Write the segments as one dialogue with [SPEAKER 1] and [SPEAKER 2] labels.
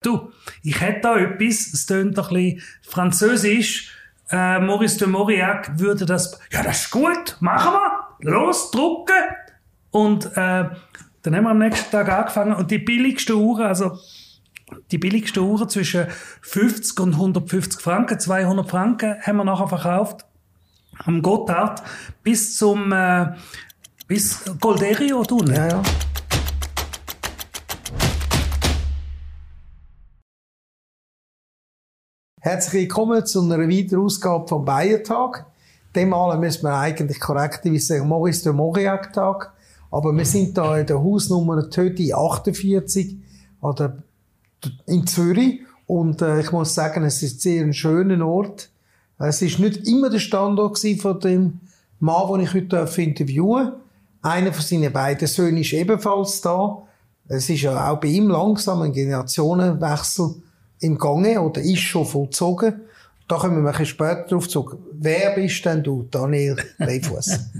[SPEAKER 1] du, ich hätte da etwas, es tönt ein bisschen französisch, Maurice de Mauriac würde das, ja, das ist gut, machen wir, los, drucken. Und dann haben wir am nächsten Tag angefangen und die billigsten Uhren zwischen 50 und 150 Franken, 200 Franken haben wir nachher verkauft, am Gotthard, bis Golderio, du nicht?
[SPEAKER 2] Ja, ja. Herzlich willkommen zu einer weiteren Ausgabe vom Bayern-Tag. Diesmal müssen wir eigentlich korrekterweise sagen Maurice de Mauriac-Tag. Aber wir sind da in der Hausnummer Töti 48 in Zürich. Und ich muss sagen, es ist sehr ein schöner Ort. Es ist nicht immer der Standort von dem Mann, den ich heute interviewen darf. Einer von seinen beiden Söhnen ist ebenfalls da. Es ist ja auch bei ihm langsam ein Generationenwechsel im Gange oder ist schon vollzogen. Da kommen wir ein bisschen später drauf zurück. Wer bist denn du, Daniel Dreyfus?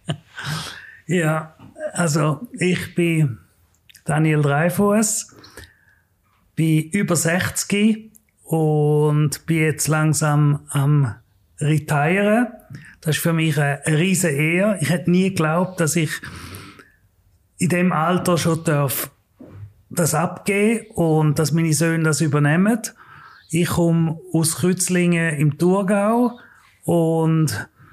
[SPEAKER 1] Ja, also ich bin Daniel Dreyfus, bin über 60 und bin jetzt langsam am Retiren. Das ist für mich eine riesen Ehre. Ich hätte nie geglaubt, dass ich in dem Alter schon das abgeben und dass meine Söhne das übernehmen. Ich komme aus Kützlingen im Thurgau und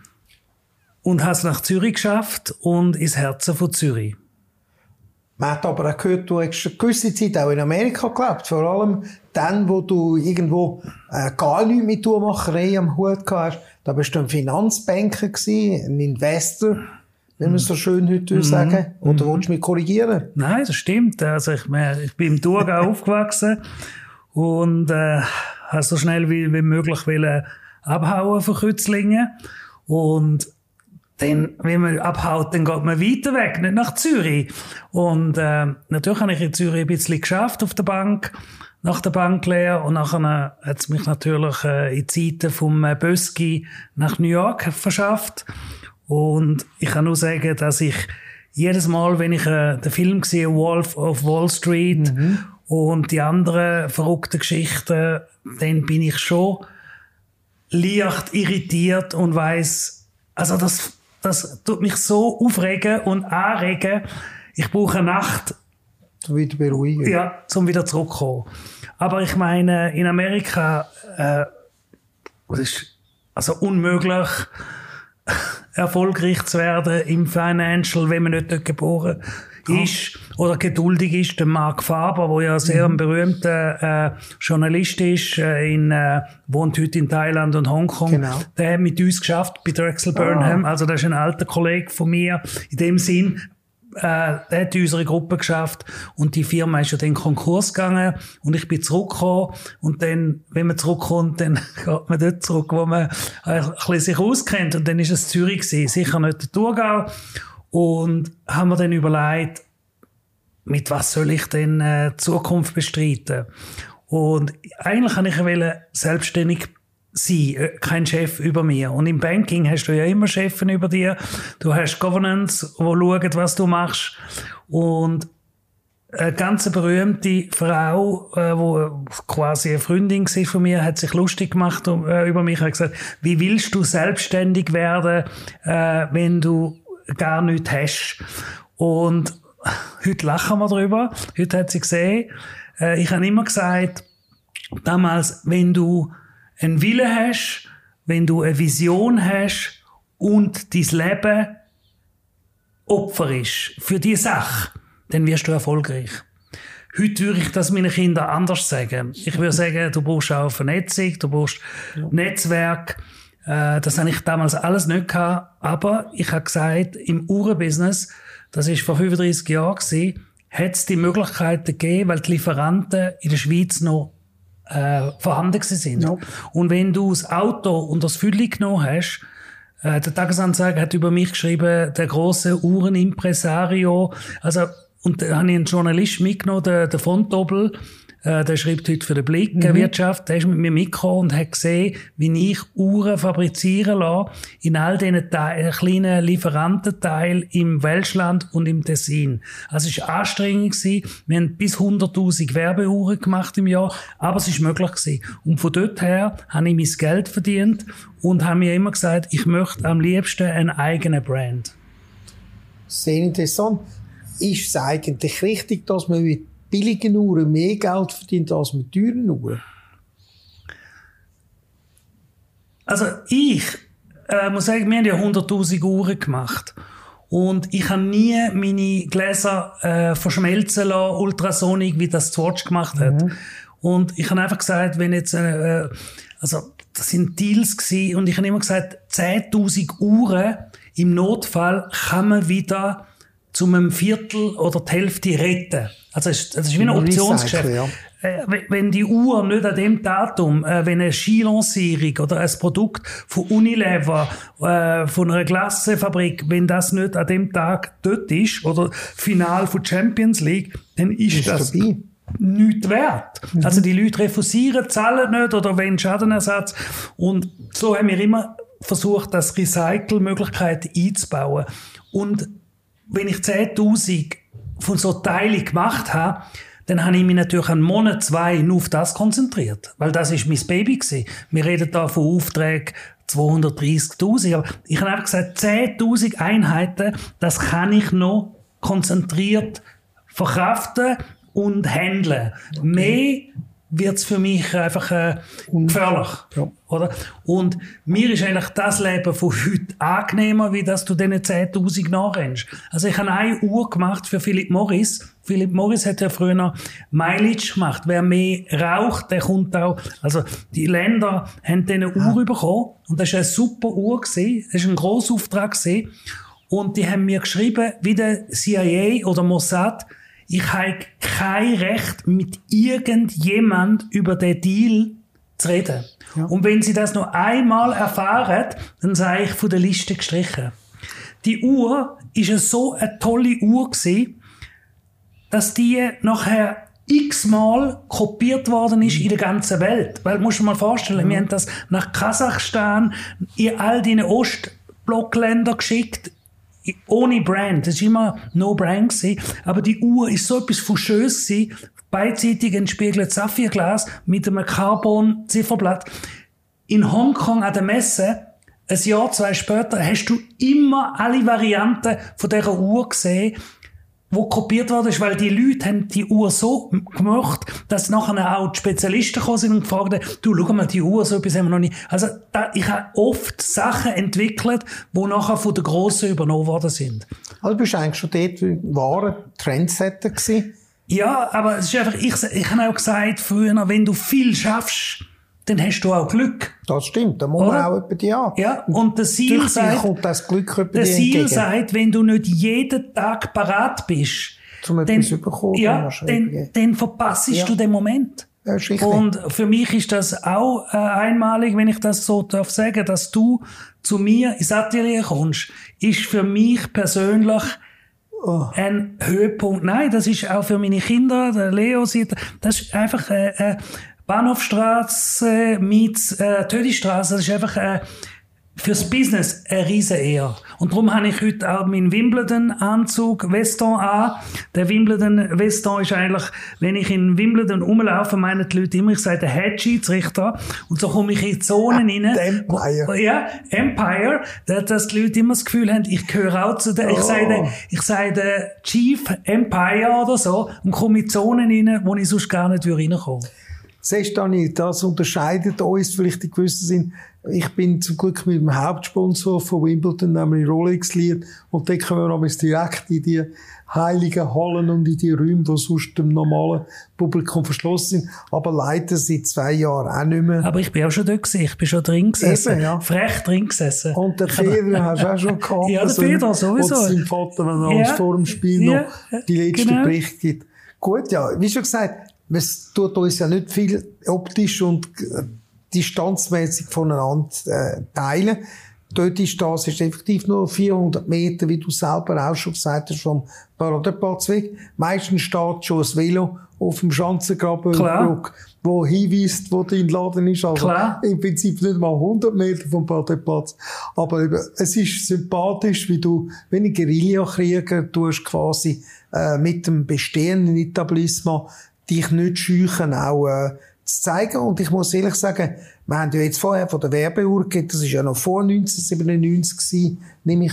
[SPEAKER 1] habe es nach Zürich geschafft und ins Herzen von Zürich.
[SPEAKER 2] Man hat aber auch gehört, du hast eine gewisse Zeit auch in Amerika gelebt. Vor allem dann, wo du irgendwo gar nichts mit Uhrmacherei am Hut gehabt hast. Da bist du ein Finanzbanker gewesen, ein Investor, wenn man so schön heute sagen. Oder willst du mich korrigieren?
[SPEAKER 1] Nein, das stimmt. Also ich bin im Thurgau aufgewachsen und habe so schnell wie möglich abhauen von Kützlingen. Und dann, wenn man abhaut, dann geht man weiter weg, nicht nach Zürich. Und natürlich habe ich in Zürich ein bisschen geschafft auf der Bank, nach der Banklehre. Und nachher hat es mich natürlich in Zeiten vom Böski nach New York verschafft. Und ich kann nur sagen, dass ich jedes Mal, wenn ich den Film sehe, Wolf of Wall Street und die anderen verrückten Geschichten, dann bin ich schon leicht irritiert und weiss, also das tut mich so aufregen und anregen. Ich brauche eine Nacht,
[SPEAKER 2] um wieder beruhigen.
[SPEAKER 1] Ja, um wieder zurückzukommen. Aber ich meine, in Amerika, es ist also unmöglich, erfolgreich zu werden im Financial, wenn man nicht dort geboren ist oder geduldig ist. Der Mark Faber, der ja sehr ein berühmter Journalist ist, wohnt heute in Thailand und Hongkong. Genau. Der hat mit uns geschafft bei Drexel Burnham. Also das ist ein alter Kollege von mir. In dem Sinn, der hat unsere Gruppe geschafft und die Firma ist ja dann Konkurs gegangen und ich bin zurückgekommen und dann, wenn man zurückkommt, dann geht man dort zurück, wo man ein bisschen sich auskennt und dann ist es Zürich gewesen, sicher nicht der Thurgau und haben wir dann überlegt, mit was soll ich denn die Zukunft bestreiten und eigentlich wollte ich selbstständig sein, kein Chef über mir. Und im Banking hast du ja immer Chefen über dir. Du hast Governance, die schauen, was du machst. Und eine ganz berühmte Frau, die quasi eine Freundin war von mir, hat sich lustig gemacht über mich, hat gesagt, wie willst du selbstständig werden, wenn du gar nichts hast? Und heute lachen wir drüber. Heute hat sie gesehen, ich habe immer gesagt, damals, wenn du einen Willen hast, wenn du eine Vision hast und dein Leben Opfer ist für diese Sache, dann wirst du erfolgreich. Heute würde ich das meinen Kindern anders sagen. Ich würde sagen, du brauchst auch Vernetzung, du brauchst Netzwerk. Das habe ich damals alles nicht gehabt. Aber ich habe gesagt, im Uhrenbusiness, das war vor 35 Jahren, hat es die Möglichkeiten gegeben, weil die Lieferanten in der Schweiz noch vorhanden sind. Ja. Und wenn du das Auto und das Fülli genommen hast, der Tagesanzeiger hat über mich geschrieben, der grosse Uhrenimpresario, also, und da habe ich einen Journalist mitgenommen, der Fontobel, der schreibt heute für den Blick Wirtschaft, der ist mit mir mitgekommen und hat gesehen, wie ich Uhren fabrizieren lasse in all diesen kleinen Lieferantenteilen im Welschland und im Tessin. Also es war anstrengend gewesen. Wir haben bis 100'000 Werbeuhren gemacht im Jahr, aber es ist möglich gewesen. Und von dort her habe ich mein Geld verdient und habe mir immer gesagt, ich möchte am liebsten einen eigenen Brand.
[SPEAKER 2] Sehr interessant. Ist es eigentlich richtig, dass man mit billigen Uhren mehr Geld verdient als mit teuren Uhren?
[SPEAKER 1] Also ich muss sagen, wir haben ja 100'000 Uhren gemacht. Und ich habe nie meine Gläser verschmelzen lassen, ultrasonik, wie das Swatch gemacht hat. Und ich habe einfach gesagt, wenn jetzt, also das sind Deals gewesen, und ich habe immer gesagt, 10'000 Uhren im Notfall kann man wieder zu einem Viertel oder die Hälfte retten. Also das ist wie ein Optionsgeschäft. Ja. Wenn die Uhr nicht an dem Datum, wenn eine Skilancierung oder ein Produkt von Unilever, von einer Glassefabrik, wenn das nicht an dem Tag dort ist, oder Final von Champions League, dann ist das nichts wert. Also die Leute refusieren, zahlen nicht oder wollen Schadenersatz. Und so haben wir immer versucht, das Recycle-Möglichkeiten einzubauen. Und wenn ich 10'000 von so Teilen gemacht habe, dann habe ich mich natürlich einen Monat, 2 nur auf das konzentriert. Weil das ist mein Baby gewesen. Wir reden da von Aufträgen 230'000. Aber ich habe einfach gesagt, 10'000 Einheiten, das kann ich noch konzentriert verkraften und handeln. Okay. Mehr wird's für mich einfach gefährlich. Ja. Oder? Und mir ist eigentlich das Leben von heute angenehmer, wie dass du diesen 10'000 nachrennst. Also ich habe eine Uhr gemacht für Philip Morris. Philip Morris hat ja früher noch Mileage gemacht. Wer mehr raucht, der kommt auch. Also die Länder haben diese Uhr bekommen und das war eine super Uhr gewesen. Das war ein grosser Auftrag gewesen. Und die haben mir geschrieben, wie der CIA oder Mossad, ich habe kein Recht, mit irgendjemand über den Deal zu reden. Ja. Und wenn Sie das noch einmal erfahren, dann sage ich von der Liste gestrichen. Die Uhr ist so eine tolle Uhr gewesen, dass die nachher x-mal kopiert worden ist in der ganzen Welt. Weil, musst du dir mal vorstellen, wir haben das nach Kasachstan, in all diese Ostblockländer geschickt, ohne Brand. Das war immer no Brand gewesen. Aber die Uhr ist so etwas von schön gewesen. Beidseitig entspiegelt Saphirglas mit einem Carbon-Zifferblatt. In Hongkong an der Messe, ein Jahr, 2 später, hast du immer alle Varianten von dieser Uhr gesehen, wo kopiert worden ist, weil die Leute haben die Uhr so gemacht, dass nachher auch die Spezialisten gekommen sind und gefragt haben, du, schau mal, die Uhr, so etwas haben wir noch nicht. Also, ich habe oft Sachen entwickelt, die nachher von den Grossen übernommen worden sind.
[SPEAKER 2] Also, bist du eigentlich schon dort wahre Trendsetter gewesen?
[SPEAKER 1] Ja, aber es ist einfach, ich habe auch gesagt früher, wenn du viel schaffst, dann hast du auch Glück.
[SPEAKER 2] Das stimmt, da muss man auch etwa die an.
[SPEAKER 1] Ja, und der Ziel sagt,
[SPEAKER 2] kommt das Glück
[SPEAKER 1] der Ziel sagt, wenn du nicht jeden Tag parat bist, dann verpasst du den Moment.
[SPEAKER 2] Ja, ist richtig.
[SPEAKER 1] Und für mich ist das auch einmalig, wenn ich das so darf sagen, dass du zu mir ins Atelier kommst, ist für mich persönlich ein Höhepunkt. Nein, das ist auch für meine Kinder, der Leo sieht, das ist einfach Bahnhofstrasse meets Tödistrasse, das ist einfach fürs Business eine riesen Ehre. Und darum habe ich heute auch meinen Wimbledon-Anzug Veston an. Der Wimbledon-Veston ist eigentlich, wenn ich in Wimbledon rumlaufe, meinen die Leute immer, ich sage der Head-Schiedsrichter. Und so komme ich in Zonen rein.
[SPEAKER 2] Empire.
[SPEAKER 1] Ja, Empire. Dass die Leute immer das Gefühl haben, ich gehöre auch zu der, ich sage der Chief Empire oder so und komme in Zonen rein, wo ich sonst gar nicht reinkommen würde.
[SPEAKER 2] Siehst du, Dani, das unterscheidet uns vielleicht in gewissen Sinn. Ich bin zum Glück mit dem Hauptsponsor von Wimbledon, nämlich Rolex, liiert. Und dann kommen wir noch direkt in die heiligen Hallen und in die Räume, die sonst dem normalen Publikum verschlossen sind. Aber leider seit 2 Jahren auch nicht mehr.
[SPEAKER 1] Aber ich bin auch schon dort gewesen. Ich bin schon drin gesessen.
[SPEAKER 2] Eben, ja.
[SPEAKER 1] Frech drin gesessen.
[SPEAKER 2] Und der Federer hast du auch schon gehabt.
[SPEAKER 1] Ja, der Federer sowieso.
[SPEAKER 2] Und sein Vater, wenn er vor dem Spiel noch die letzten Berichte gibt. Gut, ja, wie schon gesagt, es tut uns ja nicht viel optisch und distanzmäßig voneinander teilen. Dort ist das ist effektiv nur 400 Meter, wie du selber auch schon gesagt hast, vom Paradeplatz weg. Meistens steht schon ein Velo auf dem Schanzengrabenbrück, wo hinweist, wo dein Laden ist. Also im Prinzip nicht mal 100 Meter vom Paradeplatz. Aber eben, es ist sympathisch, wie du, wenn ein Guerillakrieger tust, quasi mit dem bestehenden Etablissement dich nicht scheuchen, auch zu zeigen. Und ich muss ehrlich sagen, wir haben ja jetzt vorher von der Werbeuhr geredet, das ist ja noch vor 1997 gewesen, nämlich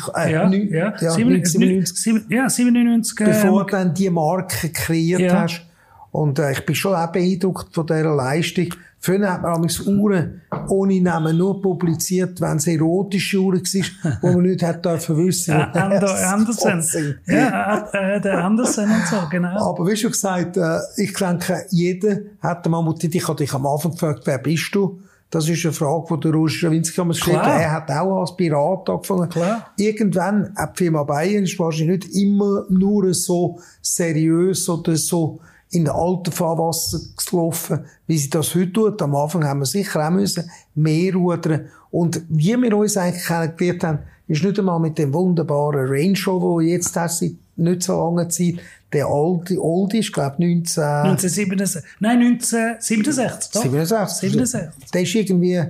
[SPEAKER 1] 97.
[SPEAKER 2] Bevor du dann die Marke kreiert hast. Und ich bin schon auch beeindruckt von dieser Leistung. Früher hat man amigs Uhren ohne Namen nur publiziert, wenn es erotische Uhren war, wo man nicht hätte wissen
[SPEAKER 1] Andersen. Ja, der Andersen und so, genau.
[SPEAKER 2] Aber wie schon gesagt, ich denke, jeder hat einmal motiviert. Ich habe dich am Anfang gefragt, wer bist du? Das ist eine Frage, die der Roger Schawinski gestellt hat. Er hat auch als Pirat angefangen.
[SPEAKER 1] Klar.
[SPEAKER 2] Irgendwann, die Firma Bayern ist wahrscheinlich nicht immer nur so seriös oder so in alten Fahrwasser gelaufen, wie sie das heute tut. Am Anfang haben wir sicher auch müssen mehr rudern. Und wie wir uns eigentlich kennengelernt haben, ist nicht einmal mit dem wunderbaren Range Rover, den jetzt hast, seit nicht so langer Zeit, der Oldie ist, glaube ich,
[SPEAKER 1] 1967. Nein, 1967.
[SPEAKER 2] 67. Der ist irgendwie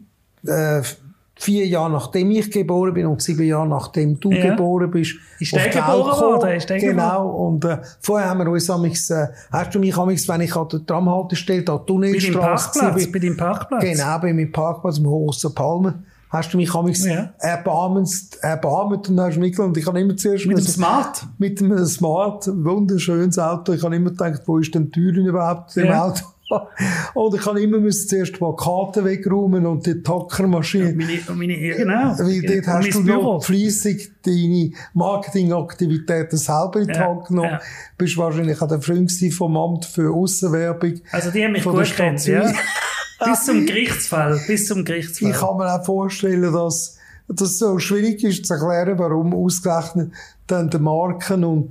[SPEAKER 2] 4 Jahre nachdem ich geboren bin und 7 Jahre nachdem du geboren bist.
[SPEAKER 1] Ist der geboren worden?
[SPEAKER 2] Genau. Und vorher haben wir uns hast du mich amigs, wenn ich an der Tramhaltestelle da Tunnelstrasse
[SPEAKER 1] bei deinem Parkplatz?
[SPEAKER 2] Genau, bei meinem Parkplatz im Hochhaus der Palmen. Hast du mich amigs erbarmt und hast mich und ich habe immer zuerst
[SPEAKER 1] mit dem Smart?
[SPEAKER 2] Mit dem Smart, wunderschönes Auto. Ich habe immer gedacht, wo ist denn die Tür überhaupt im Auto? Und ich habe immer zuerst die Plakate wegräumen und die Tackermaschine.
[SPEAKER 1] Genau.
[SPEAKER 2] Weil dort hast du noch fleissig deine Marketingaktivitäten selber in die Hand genommen. Ja. Bist wahrscheinlich auch der Freund vom Amt für Aussenwerbung.
[SPEAKER 1] Also die haben mich gut kennt, ja. Bis zum Gerichtsfall. Ich
[SPEAKER 2] kann mir auch vorstellen, dass es so schwierig ist zu erklären, warum ausgerechnet dann die Marken und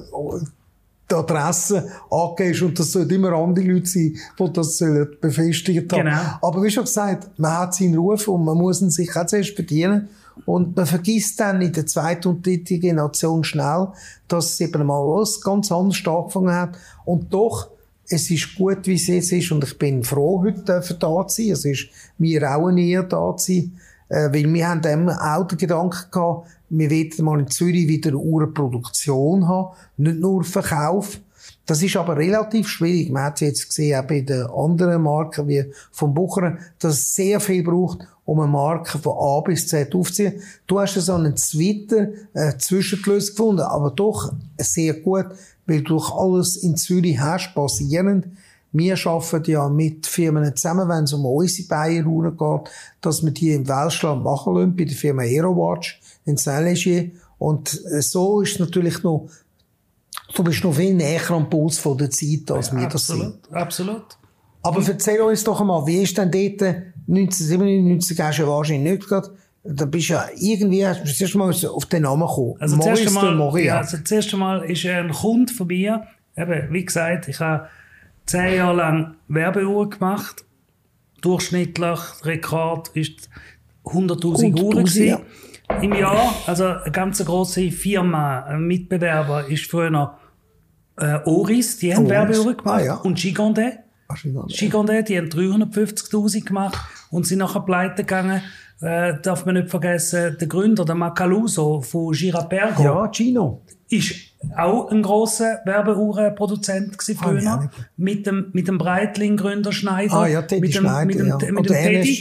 [SPEAKER 2] die Adresse angehst und das sollen immer andere Leute sein, die das befestigt haben.
[SPEAKER 1] Genau.
[SPEAKER 2] Aber wie schon gesagt, man hat seinen Ruf und man muss ihn sich auch zuerst bedienen. Und man vergisst dann in der zweiten und dritten Generation schnell, dass es eben mal was ganz anderes angefangen hat. Und doch, es ist gut, wie es jetzt ist. Und ich bin froh, heute da zu sein. Es ist mir auch eine Ehre, da zu sein. Weil wir haben dann auch den Gedanken gehabt, wir wollen mal in Zürich wieder eine Uhrenproduktion haben, nicht nur Verkauf. Das ist aber relativ schwierig. Man hat es jetzt gesehen, auch bei den anderen Marken wie vom Bucher, dass es sehr viel braucht, um eine Marke von A bis Z aufzuziehen. Du hast so einen Zwischenlösung gefunden, aber doch sehr gut, weil du alles in Zürich hast, basierend. Wir arbeiten ja mit Firmen zusammen, wenn es um unsere Bayern-Uhren geht, dass wir die im Welschland machen lassen, bei der Firma Aerowatch in Saint-Légier. Und so ist es natürlich noch, du bist noch viel näher am Puls von der Zeit, als wir das sind.
[SPEAKER 1] Absolut.
[SPEAKER 2] Aber erzähl uns doch einmal, wie ist denn dort 1997, hast du ja wahrscheinlich nicht gerade, da bist du ja irgendwie, du zuerst mal auf den Namen gekommen.
[SPEAKER 1] Also zuerst einmal ist ein Kunde von mir, eben, wie gesagt, ich habe 10 Jahre lang Werbeuhren gemacht. Durchschnittlich, Rekord ist 100'000 Uhren gewesen. Im Jahr. Also eine ganz grosse Firma, ein Mitbewerber ist früher noch Oris, die haben Werbeuhren gemacht. Und Gigondet. Gigondet, die haben 350'000 gemacht und sind nachher pleite gegangen. Darf man nicht vergessen, der Gründer, der Macaluso von Girard-Perregaux.
[SPEAKER 2] Ja, Gino.
[SPEAKER 1] Ist auch ein grosser Werbeuhrenproduzent früher. Mit dem Breitling-Gründer Schneider.
[SPEAKER 2] Ah ja, Teddy Schneider,
[SPEAKER 1] mit dem Teddy.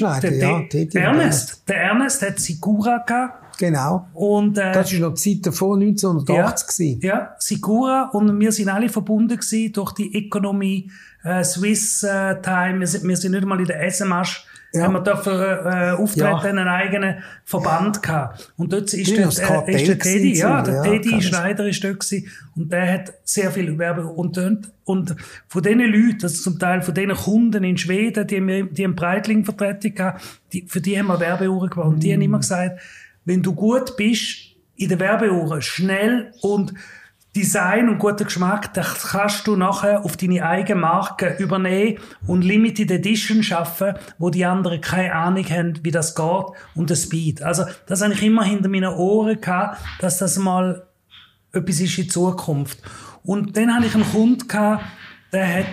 [SPEAKER 1] Der Ernest hat Sicura gehabt.
[SPEAKER 2] Genau.
[SPEAKER 1] Und,
[SPEAKER 2] das war noch die Zeit vor 1980.
[SPEAKER 1] Ja, Sicura. Und wir sind alle verbunden gewesen durch die Economy, Swiss Time. Wir sind nicht einmal in der SMH. Ja. Haben wir dafür auftreten, einen eigenen Verband gehabt. Und dort ist der Teddy, der Teddy Schneider ist dort gewesen. Und der hat sehr viel Werbe und von diesen Leuten, also zum Teil von diesen Kunden in Schweden, die haben Breitling-Vertretung gehabt, für die haben wir Werbeuhren gemacht. Und die haben immer gesagt, wenn du gut bist in der Werbeuhren, schnell und Design und guten Geschmack, das kannst du nachher auf deine eigene Marke übernehmen und Limited Edition schaffen, wo die anderen keine Ahnung haben, wie das geht und der Speed. Also, das habe ich immer hinter meinen Ohren gehabt, dass das mal etwas ist in Zukunft. Und dann hatte ich einen Kunden gehabt, der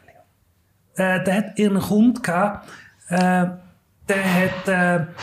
[SPEAKER 1] hat ihren Kunden gehabt, der hat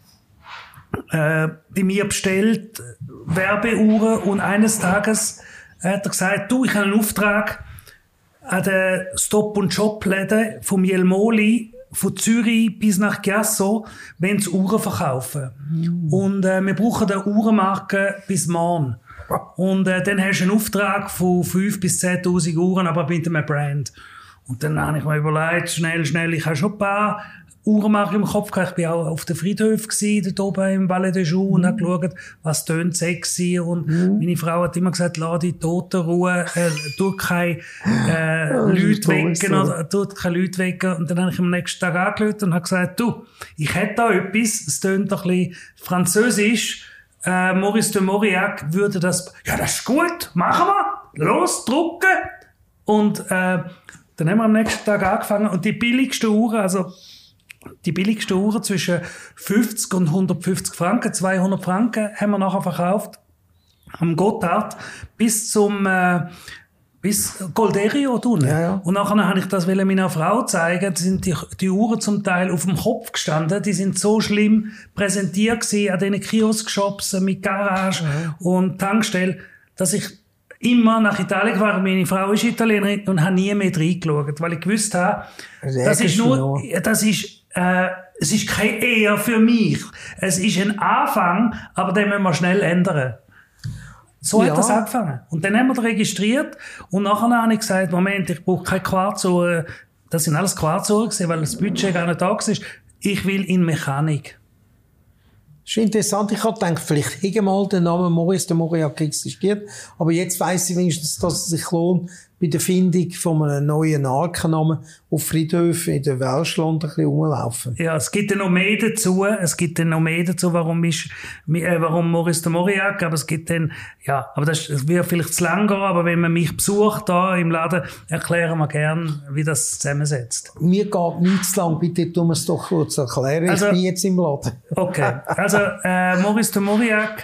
[SPEAKER 1] bei mir bestellt Werbeuhren und eines Tages hat er gesagt, du, ich habe einen Auftrag an den Stop-and-Shop-Läden vom Jelmoli von Zürich bis nach Chiasso, wenn sie Uhren verkaufen. Und wir brauchen eine Uhrenmarke bis morgen. Und dann hast du einen Auftrag von 5.000 bis 10.000 Uhren, aber mit einem Brand. Und dann habe ich mir überlegt, schnell, ich habe schon ein paar Uhrenmarken im Kopf gehabt. Ich war auch auf den Friedhof gsi, dort oben im Valais des Joux, und habe geschaut, was tönt sexy. Und meine Frau hat immer gesagt, lass die Toten ruhen, tu keine Leute wecken, oder tut keine Leute wecken. Und dann habe ich am nächsten Tag angerufen und habe gesagt, du, ich hätte da etwas, es tönt doch ein bisschen französisch, Maurice de Mauriac würde das, ja, das ist gut, machen wir, los, drucken. Und dann haben wir am nächsten Tag angefangen, und die billigsten Uhren, zwischen 50 und 150 Franken, 200 Franken, haben wir nachher verkauft, am Gotthard, bis Golderio tun.
[SPEAKER 2] Ja.
[SPEAKER 1] Und nachher habe ich das meiner Frau zeigen. Da sind die Uhren zum Teil auf dem Kopf gestanden. Die sind so schlimm präsentiert gewesen an diesen Kiosk-Shops mit Garage und Tankstelle, dass ich immer nach Italien gefahren. Meine Frau ist Italienerin und habe nie mehr reingeschaut, weil ich gewusst habe, es ist keine Ehe für mich. Es ist ein Anfang, aber den müssen wir schnell ändern. So hat das angefangen. Und dann haben wir das registriert, und nachher habe ich gesagt, Moment, ich brauche keine Quarzuhren. Das sind alles Quarzuhren gewesen, weil das Budget gar nicht da war. Ich will in Mechanik.
[SPEAKER 2] Das ist interessant. Ich habe gedacht, vielleicht hätte mal der Name Maurice de Mauriac existiert. Aber jetzt weiss ich wenigstens, dass es sich lohnt, bei der Findung von einem neuen Markennamen auf Friedhöfen in der Welschland ein bisschen rumlaufen.
[SPEAKER 1] Ja, es gibt dann noch mehr dazu. Warum Maurice de Mauriac. Aber es gibt dann, ja, aber das wird vielleicht zu lang gehen. Aber wenn man mich besucht da im Laden, erklären wir gern, wie das zusammensetzt.
[SPEAKER 2] Mir geht nicht zu lang. Bitte tu mir es doch kurz erklären. Ich bin jetzt im Laden.
[SPEAKER 1] Okay. Also, Maurice de Mauriac,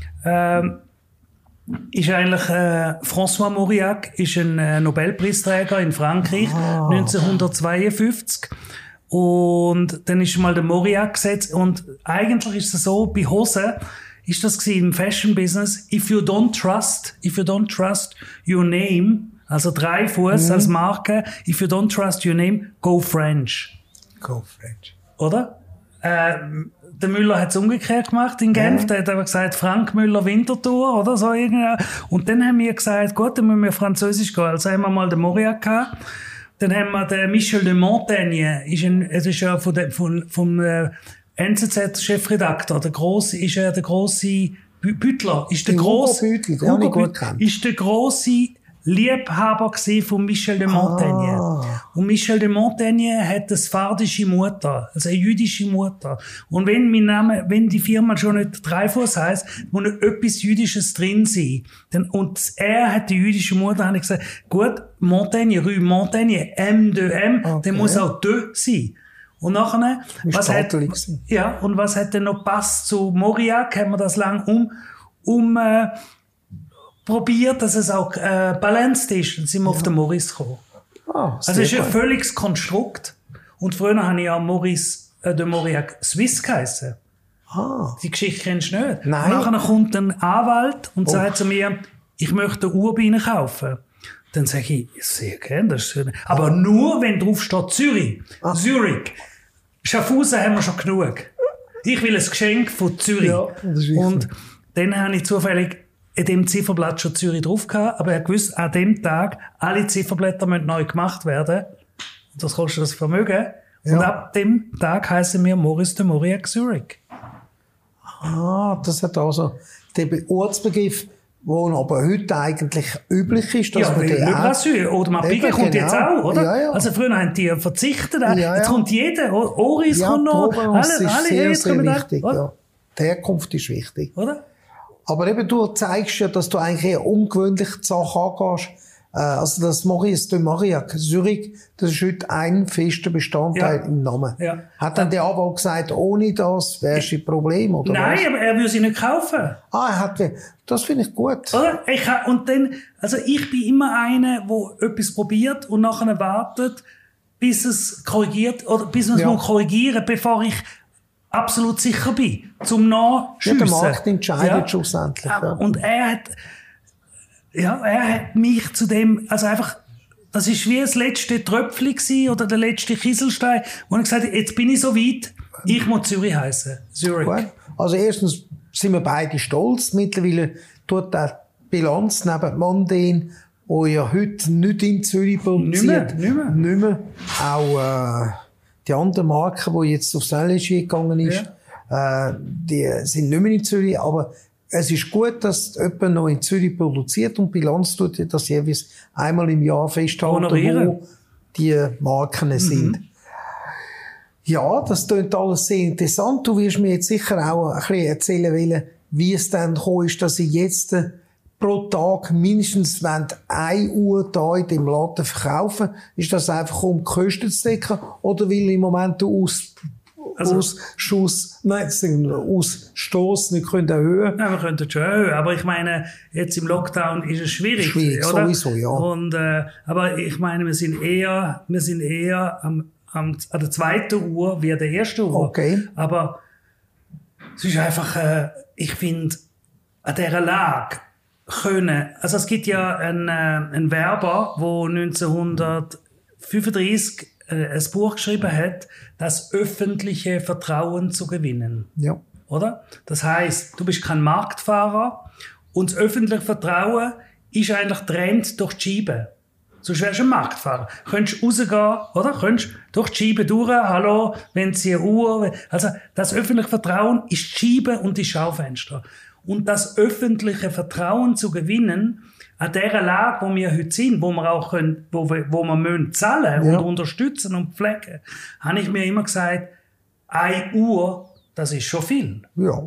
[SPEAKER 1] ist eigentlich, François Mauriac ist ein Nobelpreisträger in Frankreich, 1952. Und dann ist mal der Mauriac gesetzt. Und eigentlich ist es so, bei Hosen ist das gewesen, im Fashion Business, if you don't trust your name, also 3 Fuß als Marke, if you don't trust your name, go French.
[SPEAKER 2] Go French.
[SPEAKER 1] Oder? Der Müller hat es umgekehrt gemacht in Genf. Der hat aber gesagt, Frank Müller Winterthur oder so irgendwie. Und dann haben wir gesagt, gut, dann müssen wir Französisch gehen. Also haben wir mal den Mauriac gehabt. Dann haben wir den Michel de Montaigne. Das ist ja vom NZZ-Chefredakteur. Der grosse Büttler. Ist der grosse Liebhaber von Michel de Montaigne. Und Michel de Montaigne hat eine sphardische Mutter, also eine jüdische Mutter. Und wenn die Firma schon nicht Dreifuss heisst, muss noch etwas Jüdisches drin sein. Und er hat die jüdische Mutter, habe ich gesagt, gut, Montaigne, Rue Montaigne, M2M, der muss auch de sein. Und nachher, was hat denn noch passt zu Mauriac, haben wir das lang probiert, dass es auch balanced ist, und sind wir auf den Maurice gekommen. Also es ist ein völliges Konstrukt. Und früher habe ich auch Maurice de Mauriac Swiss geheissen. Die Geschichte kennst du nicht.
[SPEAKER 2] Nein.
[SPEAKER 1] Und nachher kommt ein Anwalt und sagt zu mir, ich möchte eine Uhr bei Ihnen kaufen. Dann sage ich, sehr gerne, das ist schön. Aber nur, wenn drauf steht Zürich. Zürich. Schaffhausen haben wir schon genug. Ich will ein Geschenk von Zürich.
[SPEAKER 2] Ja, das ist
[SPEAKER 1] und dann habe ich zufällig in dem Zifferblatt schon Zürich drauf gehabt, aber er gewusst, an dem Tag, alle Zifferblätter müssen neu gemacht werden. Und das kostet das Vermögen. Ja. Und ab dem Tag heissen wir Maurice de Mauriac Zürich.
[SPEAKER 2] Das hat also den Ortsbegriff, der aber heute eigentlich üblich ist. Dass man
[SPEAKER 1] Le Brasseur oder Mappiga kommt jetzt auch, oder?
[SPEAKER 2] Ja.
[SPEAKER 1] Also früher haben die verzichtet. Jetzt kommt jeder. Oris kommt noch.
[SPEAKER 2] Alle
[SPEAKER 1] ist sehr
[SPEAKER 2] wichtig. Ja. Die Herkunft ist wichtig.
[SPEAKER 1] Oder?
[SPEAKER 2] Aber eben, du zeigst ja, dass du eigentlich eher ungewöhnliche Sachen angehst. Also das Mauriac Zürich, das ist heute ein fester Bestandteil im Namen. Ja. Hat dann der Anwalt gesagt, ohne das wärst du ein Problem, oder?
[SPEAKER 1] Nein,
[SPEAKER 2] was?
[SPEAKER 1] Aber er will sie nicht kaufen.
[SPEAKER 2] Das finde ich gut.
[SPEAKER 1] Oder? Ich bin immer einer, der etwas probiert und nachher wartet, bis es korrigiert, oder bis man es korrigieren muss, bevor ich absolut sicher bin, zum Nachschiessen.
[SPEAKER 2] Ja, der Markt entscheidet schlussendlich.
[SPEAKER 1] Ja. Und er hat mich zu dem, also einfach, das ist wie das letzte Tröpfchen gewesen, oder der letzte Kieselstein, wo ich gesagt habe, jetzt bin ich so weit, ich muss Zürich heissen. Zürich.
[SPEAKER 2] Gut. Also erstens sind wir beide stolz. Mittlerweile tut die Bilanz neben Mondin, wo ja heute nicht in Zürich produziert. Nicht mehr. Auch, die anderen Marken, die jetzt auf Saint-Léger gegangen ist, die sind nicht mehr in Zürich, aber es ist gut, dass jemand noch in Zürich produziert und Bilanz tut das jeweils einmal im Jahr festhalten, wo die Marken sind. Ja, das klingt alles sehr interessant. Du wirst mir jetzt sicher auch ein bisschen erzählen wollen, wie es dann gekommen ist, dass ich jetzt pro Tag mindestens 1 Uhr da in dem Laden verkaufen. Ist das einfach, um die Kosten zu decken? Oder will im Moment der Ausstoß nicht können erhöhen?
[SPEAKER 1] Nein, wir könnten es schon erhöhen. Aber ich meine, jetzt im Lockdown ist es schwierig.
[SPEAKER 2] Schwierig,
[SPEAKER 1] oder?
[SPEAKER 2] Sowieso, ja.
[SPEAKER 1] Und, aber ich meine, wir sind eher an der 2. Uhr wie an der 1. Uhr.
[SPEAKER 2] Okay.
[SPEAKER 1] Aber es ist einfach, ich finde, an dieser Lage also es gibt ja einen Werber, der 1935 ein Buch geschrieben hat, das öffentliche Vertrauen zu gewinnen.
[SPEAKER 2] Ja.
[SPEAKER 1] Oder? Das heisst, du bist kein Marktfahrer und das öffentliche Vertrauen ist eigentlich getrennt durch die Scheibe. Sonst wärst du ein Marktfahrer. Könntest rausgehen, oder? Könntest durch die Scheibe durch, hallo, wenn sie eine Uhr, also das öffentliche Vertrauen ist die Scheibe und die Schaufenster. Und das öffentliche Vertrauen zu gewinnen, an der Lage, wo wir heute sind, wo wir auch können, wo wir müssen zahlen und unterstützen und pflegen, habe ich mir immer gesagt, 1 Uhr, das ist schon viel.
[SPEAKER 2] Ja,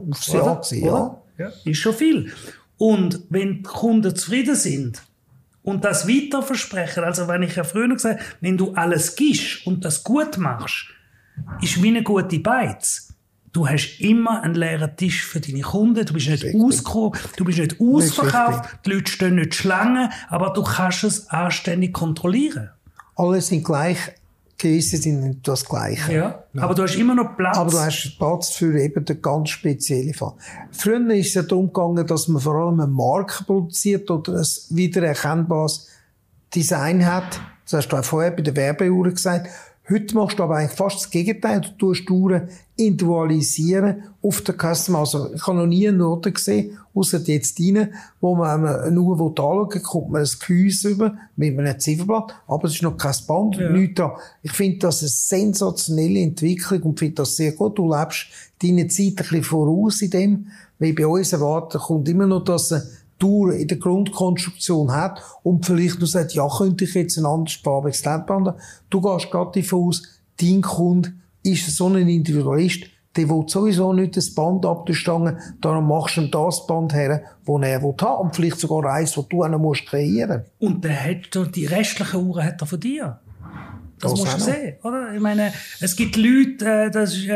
[SPEAKER 2] ja.
[SPEAKER 1] Ist schon viel. Und wenn die Kunden zufrieden sind und das weiter versprechen, also wenn ich ja früher gesagt habe, wenn du alles gibst und das gut machst, ist wie eine gute Beiz. Du hast immer einen leeren Tisch für deine Kunden, du bist nicht ausgekommen, du bist nicht ausverkauft, die Leute stehen nicht Schlange, aber du kannst es anständig kontrollieren.
[SPEAKER 2] Alle sind gleich, gewisse sind nicht das Gleiche.
[SPEAKER 1] Ja, aber du hast immer noch Platz.
[SPEAKER 2] Aber du hast Platz für eben den ganz speziellen Fall. Früher ist es ja darum gegangen, dass man vor allem eine Marke produziert oder ein wiedererkennbares Design hat. Das hast du auch vorher bei den Werbeuhren gesagt. Heute machst du aber eigentlich fast das Gegenteil. Du tust Uhren individualisieren auf der Customer. Also, ich habe noch nie eine Uhr gesehen, ausser jetzt rein, wo man eine Uhr anschauen will, kommt man ein Gehäuse über, mit einem Zifferblatt, aber es ist noch kein Band, nichts da. Ich finde das eine sensationelle Entwicklung und finde das sehr gut. Du lebst deine Zeit ein bisschen voraus in dem, weil bei uns erwartet kommt immer noch, dass Tour in der Grundkonstruktion hat und vielleicht noch sagt, ja, könnte ich jetzt ein anderes farbiges Leitband haben. Du gehst gerade davon aus, dein Kunde ist so ein Individualist, der will sowieso nicht das Band ab der Stange, darum machst du ihm das Band her, das er haben will und vielleicht sogar eins, das du auch noch kreieren musst.
[SPEAKER 1] Und der hat die restlichen Uhren hat er von dir. Das musst du sehen, oder? Ich meine, es gibt Leute, das ist,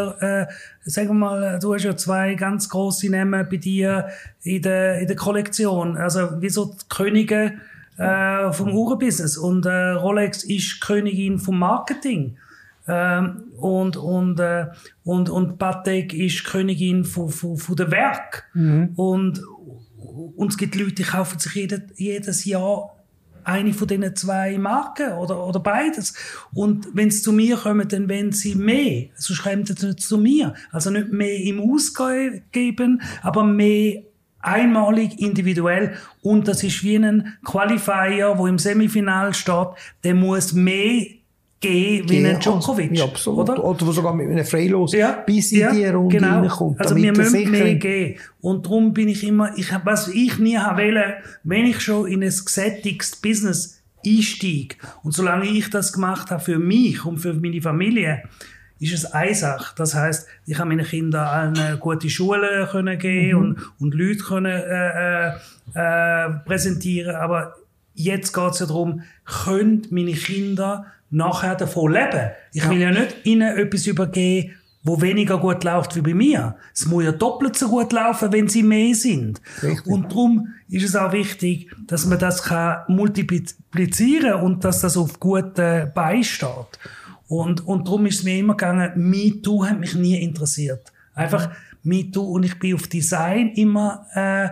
[SPEAKER 1] sagen wir mal, du hast ja 2 ganz grosse Namen bei dir in der Kollektion. Also, wie so die Könige, vom Uhrenbusiness. Und, Rolex ist Königin vom Marketing. Und Patek ist Königin von der Werk. Und es gibt Leute, die kaufen sich jedes Jahr eine von diesen 2 Marken oder beides. Und wenn sie zu mir kommen, dann wollen sie mehr. Sonst kommen sie nicht zu mir. Also nicht mehr im Ausgeben, aber mehr einmalig, individuell. Und das ist wie ein Qualifier, der im Semifinal steht, der muss mehr geben wie ein Djokovic.
[SPEAKER 2] Ja, absolut. Oder wo sogar mit einem Freilos bis
[SPEAKER 1] in
[SPEAKER 2] die Runde reinkommt.
[SPEAKER 1] Also wir müssen mehr geben. Und darum bin ich immer, was ich nie wollte, wenn ich schon in ein gesättigtes Business einsteige, und solange ich das gemacht habe für mich und für meine Familie, ist es eine Sache. Das heisst, ich habe meinen Kindern eine gute Schule können geben und Leute können präsentieren. Aber jetzt geht es ja darum, können meine Kinder nachher davon leben? Ich will ja nicht ihnen etwas übergeben, wo weniger gut läuft wie bei mir. Es muss ja doppelt so gut laufen, wenn sie mehr sind. Richtig. Und darum ist es auch wichtig, dass man das multiplizieren kann und dass das auf guten Beinen steht. Und darum ist es mir immer gegangen, MeToo hat mich nie interessiert. Einfach MeToo, und ich bin auf Design immer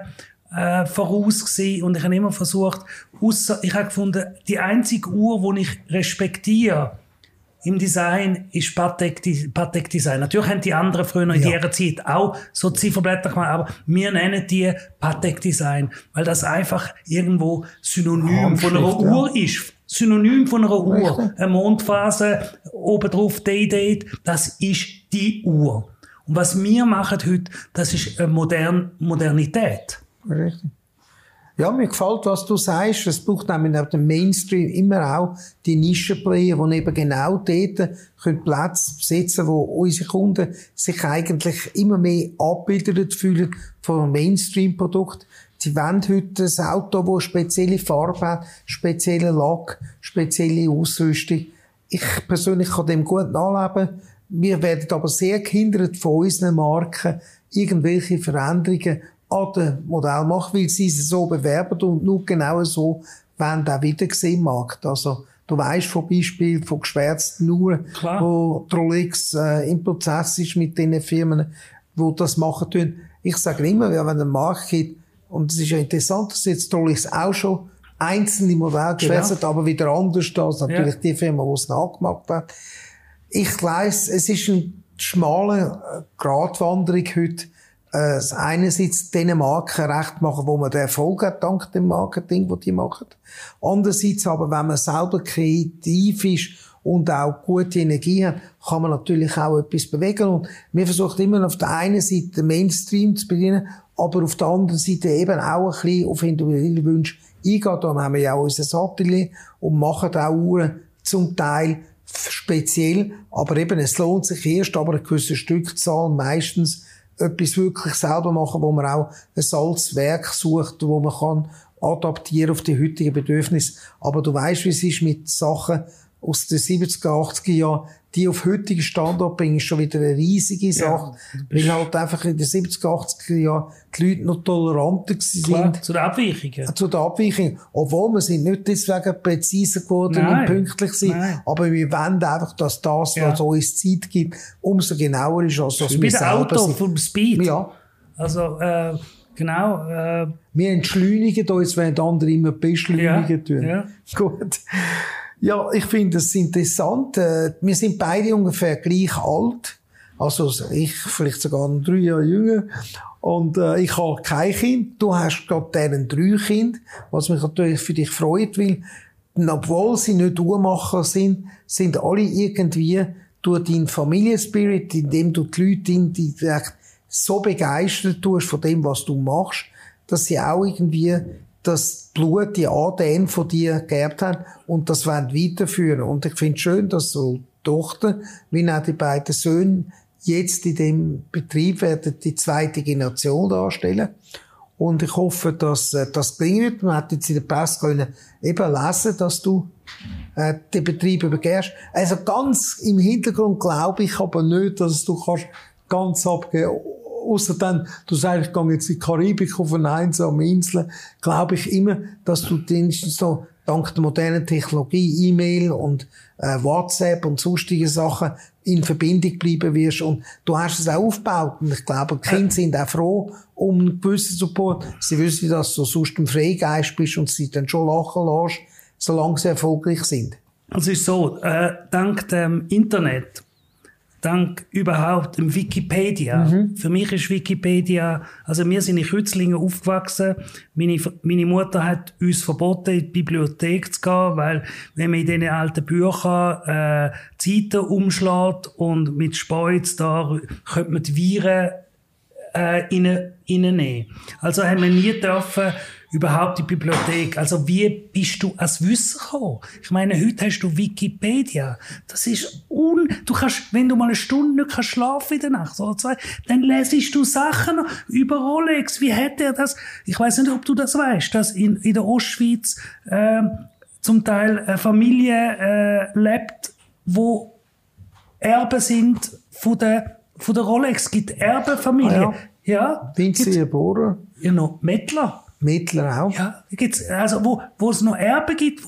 [SPEAKER 1] voraus gewesen, und ich habe immer versucht, ich habe gefunden, die einzige Uhr, die ich respektiere im Design, ist Patek Design. Natürlich haben die anderen früher in ihrer Zeit auch so Zifferblätter gemacht, aber wir nennen die Patek Design, weil das einfach irgendwo Synonym von einer Uhr ist. Synonym von einer Uhr. Richtig. Eine Mondphase, obendrauf Day-Date, das ist die Uhr. Und was wir machen heute, das ist eine Modernität.
[SPEAKER 2] Richtig. Ja, mir gefällt, was du sagst. Es braucht nämlich auf dem Mainstream immer auch die Nischenplayer, die eben genau dort Plätze besetzen können, wo unsere Kunden sich eigentlich immer mehr abgebildet fühlen von einem Mainstream-Produkt. Sie wollen heute ein Auto, das spezielle Farbe hat, spezielle Lack, spezielle Ausrüstung. Ich persönlich kann dem gut nachleben. Wir werden aber sehr gehindert von unseren Marken, irgendwelche Veränderungen an dem Modell machen, weil sie es so bewerben und nur genau so wollen auch wieder gesehen im Markt. Also, du weisst vom Beispiel von geschwärzten Uhren, wo Rolex im Prozess ist mit den Firmen, die das machen tun. Ich sage immer, wenn ein Markt gibt, und es ist ja interessant, dass jetzt Rolex auch schon einzelne Modelle geschwärzt hat, aber wieder anders als natürlich die Firma, die es nachgemacht hat. Ich weiss, es ist eine schmale Gratwanderung heute, einerseits den Marken recht machen, wo man den Erfolg hat, dank dem Marketing, das die machen. Andererseits aber, wenn man selber kreativ ist und auch gute Energie hat, kann man natürlich auch etwas bewegen. Und wir versuchen immer auf der einen Seite den Mainstream zu bedienen, aber auf der anderen Seite eben auch ein bisschen auf individuelle Wünsche eingehen. Da haben wir ja auch unser Atelier und machen auch Uhren zum Teil speziell. Aber eben, es lohnt sich erst, aber eine gewisse Stückzahl meistens etwas wirklich selber machen, wo man auch ein altes Werk sucht, wo man kann adaptieren auf die heutigen Bedürfnisse. Aber du weißt, wie es ist mit Sachen aus den 70er, 80er Jahren, die auf heutigen Standard bringen, ist schon wieder eine riesige Sache. Weil halt einfach in den 70er, 80er Jahren die Leute noch toleranter sind.
[SPEAKER 1] Zu den Abweichungen.
[SPEAKER 2] Zu den Abweichungen. Obwohl wir sind nicht deswegen präziser geworden und pünktlich sind. Nein. Aber wir wollen einfach, dass das, was uns Zeit gibt, umso genauer ist, als was wir selber
[SPEAKER 1] Auto sind. Vom Speed.
[SPEAKER 2] Ja.
[SPEAKER 1] Also, genau.
[SPEAKER 2] Wir entschleunigen uns, während andere immer beschleunigen tun. Ja. Gut. Ja, ich finde es interessant. Wir sind beide ungefähr gleich alt. Also ich vielleicht sogar noch 3 Jahre jünger. Und ich habe kein Kind. Du hast gerade deren 3 Kinder, was mich natürlich für dich freut, weil obwohl sie nicht Uhrmacher sind alle irgendwie durch deinen Familienspirit, indem du die Leute direkt so begeistert tust von dem, was du machst, dass sie auch irgendwie das Blut, die ADN von dir geerbt haben und das wollen weiterführen. Und ich finde es schön, dass so die Tochter, wie auch die beiden Söhne, jetzt in dem Betrieb werden die zweite Generation darstellen. Und ich hoffe, dass das gelingt. Man hat jetzt in der Presse können eben lesen, dass du den Betrieb übergehst. Also ganz im Hintergrund glaube ich aber nicht, dass du kannst ganz abgeben. Ausser dann, du sagst, ich gehe jetzt in die Karibik auf eine einsame Insel, glaube ich immer, dass du so dank der modernen Technologie, E-Mail und WhatsApp und sonstige Sachen in Verbindung bleiben wirst. Und du hast es auch aufgebaut. Und ich glaube, die Kinder sind auch froh um einen gewissen Support. Sie wissen, dass du sonst ein Freigeist bist und sie dann schon lachen lässt, solange sie erfolgreich sind.
[SPEAKER 1] Es ist so, dank dem Internet, dank überhaupt dem Wikipedia. Für mich ist Wikipedia, also wir sind in Kützlingen aufgewachsen. Meine Mutter hat uns verboten, in die Bibliothek zu gehen, weil wenn man in diesen alten Büchern Zeiten umschlägt und mit Speuz da könnte man die Viren reinnehmen. Also haben wir nie dürfen überhaupt die Bibliothek? Also wie bist du ans Wissen gekommen? Ich meine, heute hast du Wikipedia. Das ist du kannst, wenn du mal eine Stunde nicht kannst schlafen in der Nacht oder 2, dann lesest du Sachen über Rolex. Wie hat er das? Ich weiß nicht, ob du das weißt, dass in der Ostschweiz zum Teil eine Familie lebt, wo Erben sind von der Rolex. Es gibt Erbenfamilien. Ja.
[SPEAKER 2] Vinci Bohrer.
[SPEAKER 1] Ja, noch Mettler.
[SPEAKER 2] Mettler auch.
[SPEAKER 1] Ja, gibt's, also wo es noch Erben gibt,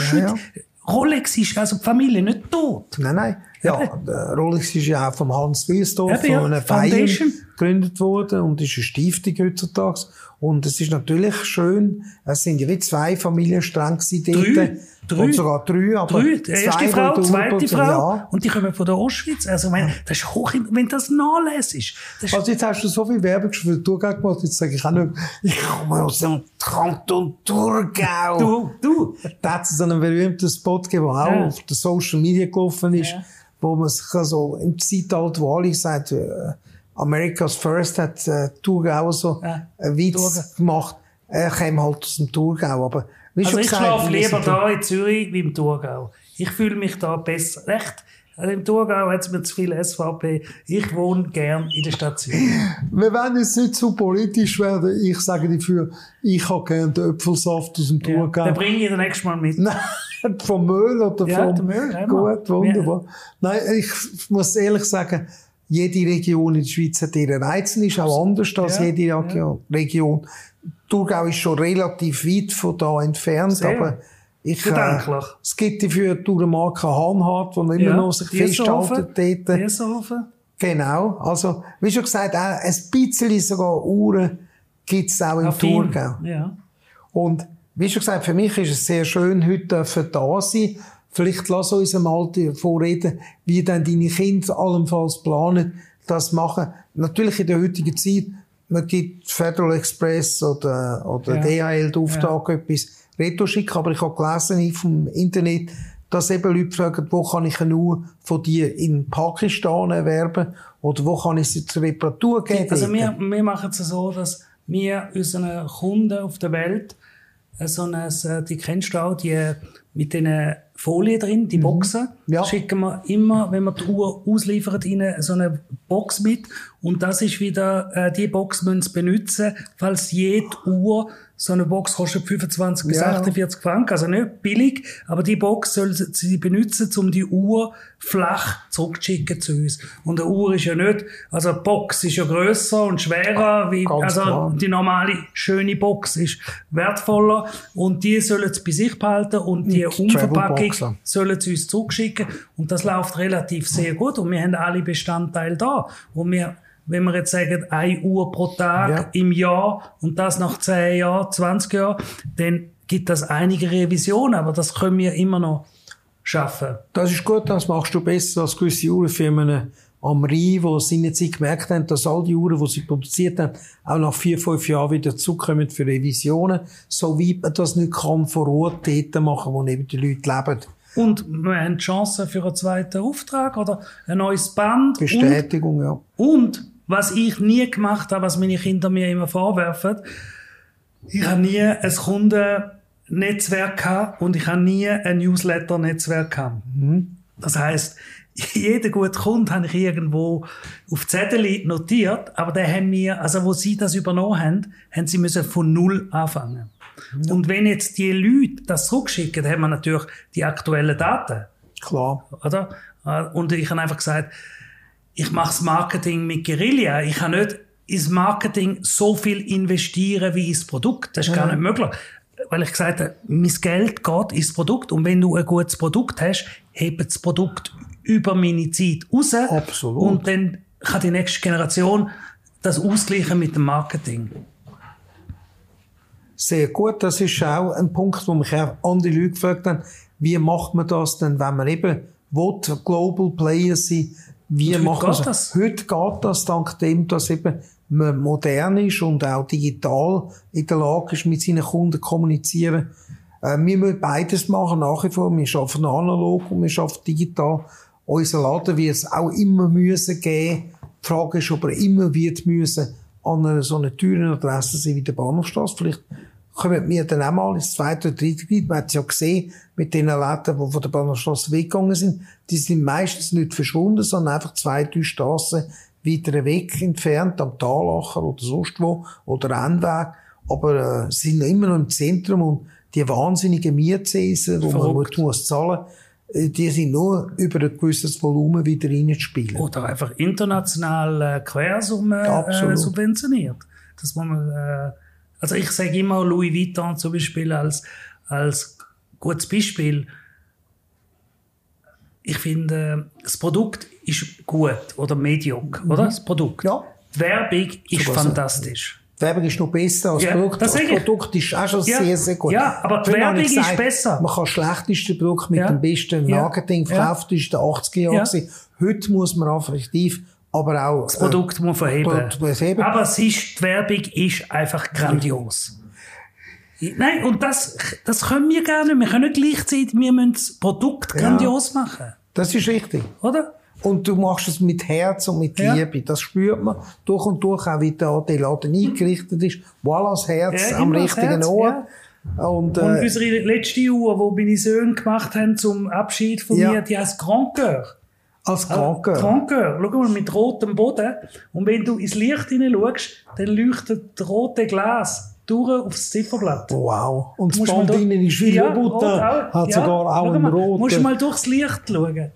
[SPEAKER 1] Rolex ist, also die Familie nicht tot.
[SPEAKER 2] Nein. Ja, Rolex ist ja auch vom Hans Wilsdorf von einem Verein gegründet worden und ist eine Stiftung heutzutage. Und es ist natürlich schön, es sind ja wie 2 Familienstränge dort. Drei. Und sogar 3, aber
[SPEAKER 1] die erste Frau, zweite Frau, und die kommen von der Ostschweiz. Also, das ist hoch, wenn das nachlässt.
[SPEAKER 2] Also, jetzt hast du so viel Werbung für Thurgau gemacht, jetzt sage ich auch nicht, ich komme aus dem Kanton Thurgau. Du. Da hat es so einen berühmten Spot gegeben, der auch auf den Social Media gelaufen ist, wo man sich so im Zeitalter, wo alle gesagt America's First hat Thurgau so einen Witz gemacht, er käme halt aus dem Thurgau, aber
[SPEAKER 1] also ich schlafe lieber da in Zürich wie im Thurgau. Ich fühle mich da besser. Echt? Also im Thurgau hat es mir zu viel SVP. Ich wohne gern in der Stadt Zürich.
[SPEAKER 2] Wir wollen jetzt nicht zu politisch werden. Ich sage dafür, ich habe gerne den Äpfelsaft aus dem Thurgau.
[SPEAKER 1] Den bringe ich das nächste Mal mit.
[SPEAKER 2] Nein, vom Müll oder vom
[SPEAKER 1] Müll.
[SPEAKER 2] Gut, wunderbar. Nein, ich muss ehrlich sagen, jede Region in der Schweiz hat ihren Reiz, ist auch anders als jede Region. Thurgau ist schon relativ weit von da entfernt, aber es gibt dafür die Marke Hanhardt, die immer noch sich festhalten dort.
[SPEAKER 1] Diessenhofen.
[SPEAKER 2] Genau. Also, wie schon gesagt, auch ein bisschen sogar Uhren gibt es auch im Thurgau.
[SPEAKER 1] Ja.
[SPEAKER 2] Und wie schon gesagt, für mich ist es sehr schön, heute da sein. Vielleicht lass uns mal vorreden, wie dann deine Kinder allenfalls planen, das machen. Natürlich in der heutigen Zeit, man gibt Federal Express oder DHL den Auftrag, etwas Retro schicken, aber ich habe gelesen vom Internet, dass eben Leute fragen, wo kann ich eine Uhr von dir in Pakistan erwerben oder wo kann ich sie zur Reparatur geben?
[SPEAKER 1] Also wir machen es so, dass wir unseren Kunden auf der Welt die kennst du auch, die mit diesen Folien drin, die Boxen, schicken wir immer, wenn wir die Uhr ausliefern, ihnen so eine Box mit. Und das ist wieder, die Box müssen sie benutzen, falls jede Uhr, so eine Box kostet 25 bis 48 Franken, also nicht billig, aber die Box sollen sie benutzen, um die Uhr flach zurückzuschicken zu uns. Und eine Uhr ist ja nicht, also eine Box ist ja grösser und schwerer, die normale schöne Box ist wertvoller und die sollen sie bei sich behalten und die Umverpackung sollen sie uns zurückschicken und das läuft relativ sehr gut und wir haben alle Bestandteile da und wenn wir jetzt sagen, 1 Uhr pro Tag im Jahr und das nach 10 Jahren, 20 Jahren, dann gibt das einige Revisionen, aber das können wir immer noch schaffen.
[SPEAKER 2] Das ist gut, das machst du besser als gewisse Uhrenfirmen am Rhein, die seinerzeit gemerkt haben, dass all die Uhren, die sie produziert haben, auch nach 4-5 Jahren wieder zurückkommen für Revisionen, so wie man das nicht kann vor Ort dort machen, wo eben die Leute leben.
[SPEAKER 1] Und wir haben die Chance für einen zweiten Auftrag oder ein neues Band.
[SPEAKER 2] Bestätigung,
[SPEAKER 1] Und was ich nie gemacht habe, was meine Kinder mir immer vorwerfen, ich habe nie ein Kundennetzwerk gehabt und ich habe nie ein Newsletter-Netzwerk gehabt. Das heisst, jeden guten Kunden habe ich irgendwo auf Zettel notiert, aber den haben wir, also wo sie das übernommen haben sie müssen von null anfangen. Und wenn jetzt die Leute das zurückschicken, dann haben wir natürlich die aktuellen Daten.
[SPEAKER 2] Klar.
[SPEAKER 1] Oder? Und ich habe einfach gesagt, ich mache das Marketing mit Guerilla. Ich kann nicht ins Marketing so viel investieren wie ins Produkt. Das ist gar nicht möglich. Weil ich gesagt habe, mein Geld geht ins Produkt. Und wenn du ein gutes Produkt hast, hebt das Produkt über meine Zeit raus.
[SPEAKER 2] Absolut.
[SPEAKER 1] Und dann kann die nächste Generation das ausgleichen mit dem Marketing.
[SPEAKER 2] Sehr gut. Das ist auch ein Punkt, wo mich auch andere Leute gefragt haben, wie macht man das denn, wenn man eben Global Player sein? Wie macht man das? Heute geht das dank dem, dass eben man modern ist und auch digital in der Lage ist, mit seinen Kunden zu kommunizieren. Wir müssen beides machen, nach wie vor. Wir arbeiten analog und wir arbeiten digital. Unser Laden wird es auch immer müssen geben. Die Frage ist, ob er immer wird müssen an einer so einer teuren Adresse sein wie der Bahnhofstrasse. Vielleicht kommen wir dann auch mal ins zweite oder dritte Gebiet. Man hat es ja gesehen, mit den Läden, die von der Bahnhofstrasse weggegangen sind, die sind meistens nicht verschwunden, sondern einfach 2-3 Strassen weiter weg entfernt, am Talacher oder sonst wo, oder Rennweg. Aber sind immer noch im Zentrum und die wahnsinnigen Mietzinsen, die man muss zahlen, die sind nur über ein gewisses Volumen wieder reinzuspielen.
[SPEAKER 1] Oder einfach international Quersummen subventioniert. Das muss man, also ich sage immer Louis Vuitton zum Beispiel als gutes Beispiel. Ich finde, das Produkt ist gut oder mediocre, oder? Das Produkt.
[SPEAKER 2] Ja.
[SPEAKER 1] Die Werbung ist fantastisch.
[SPEAKER 2] Die Werbung ist noch besser als das Produkt. Das Produkt ist auch schon sehr, sehr gut.
[SPEAKER 1] Ja, aber die Werbung ist besser.
[SPEAKER 2] Man kann das schlechteste Produkt mit dem besten Marketing verkaufen. Das war in den 80er Jahren. Heute muss man effektiv aber auch
[SPEAKER 1] das Produkt muss verheben. Aber die Werbung ist einfach grandios. Nein, und das können wir gar nicht. Wir können nicht gleichzeitig, wir müssen das Produkt grandios machen.
[SPEAKER 2] Das ist richtig.
[SPEAKER 1] Oder?
[SPEAKER 2] Und du machst es mit Herz und mit Liebe. Das spürt man durch und durch, auch wie der Laden eingerichtet ist. Voilà, das Herz am richtigen Ort.
[SPEAKER 1] Ja. Und unsere letzte Uhr, die meine Söhne gemacht haben zum Abschied von mir, die heißt Grand Coeur.
[SPEAKER 2] Als Grand Coeur.
[SPEAKER 1] Grand Coeur. Schau mal, mit rotem Boden. Und wenn du ins Licht hineinschaust, dann leuchtet das rote Glas durch aufs Zifferblatt.
[SPEAKER 2] Wow. Und das Band innen ist wie Butter. Hat sogar auch einen roten.
[SPEAKER 1] Du musst mal durchs Licht schauen.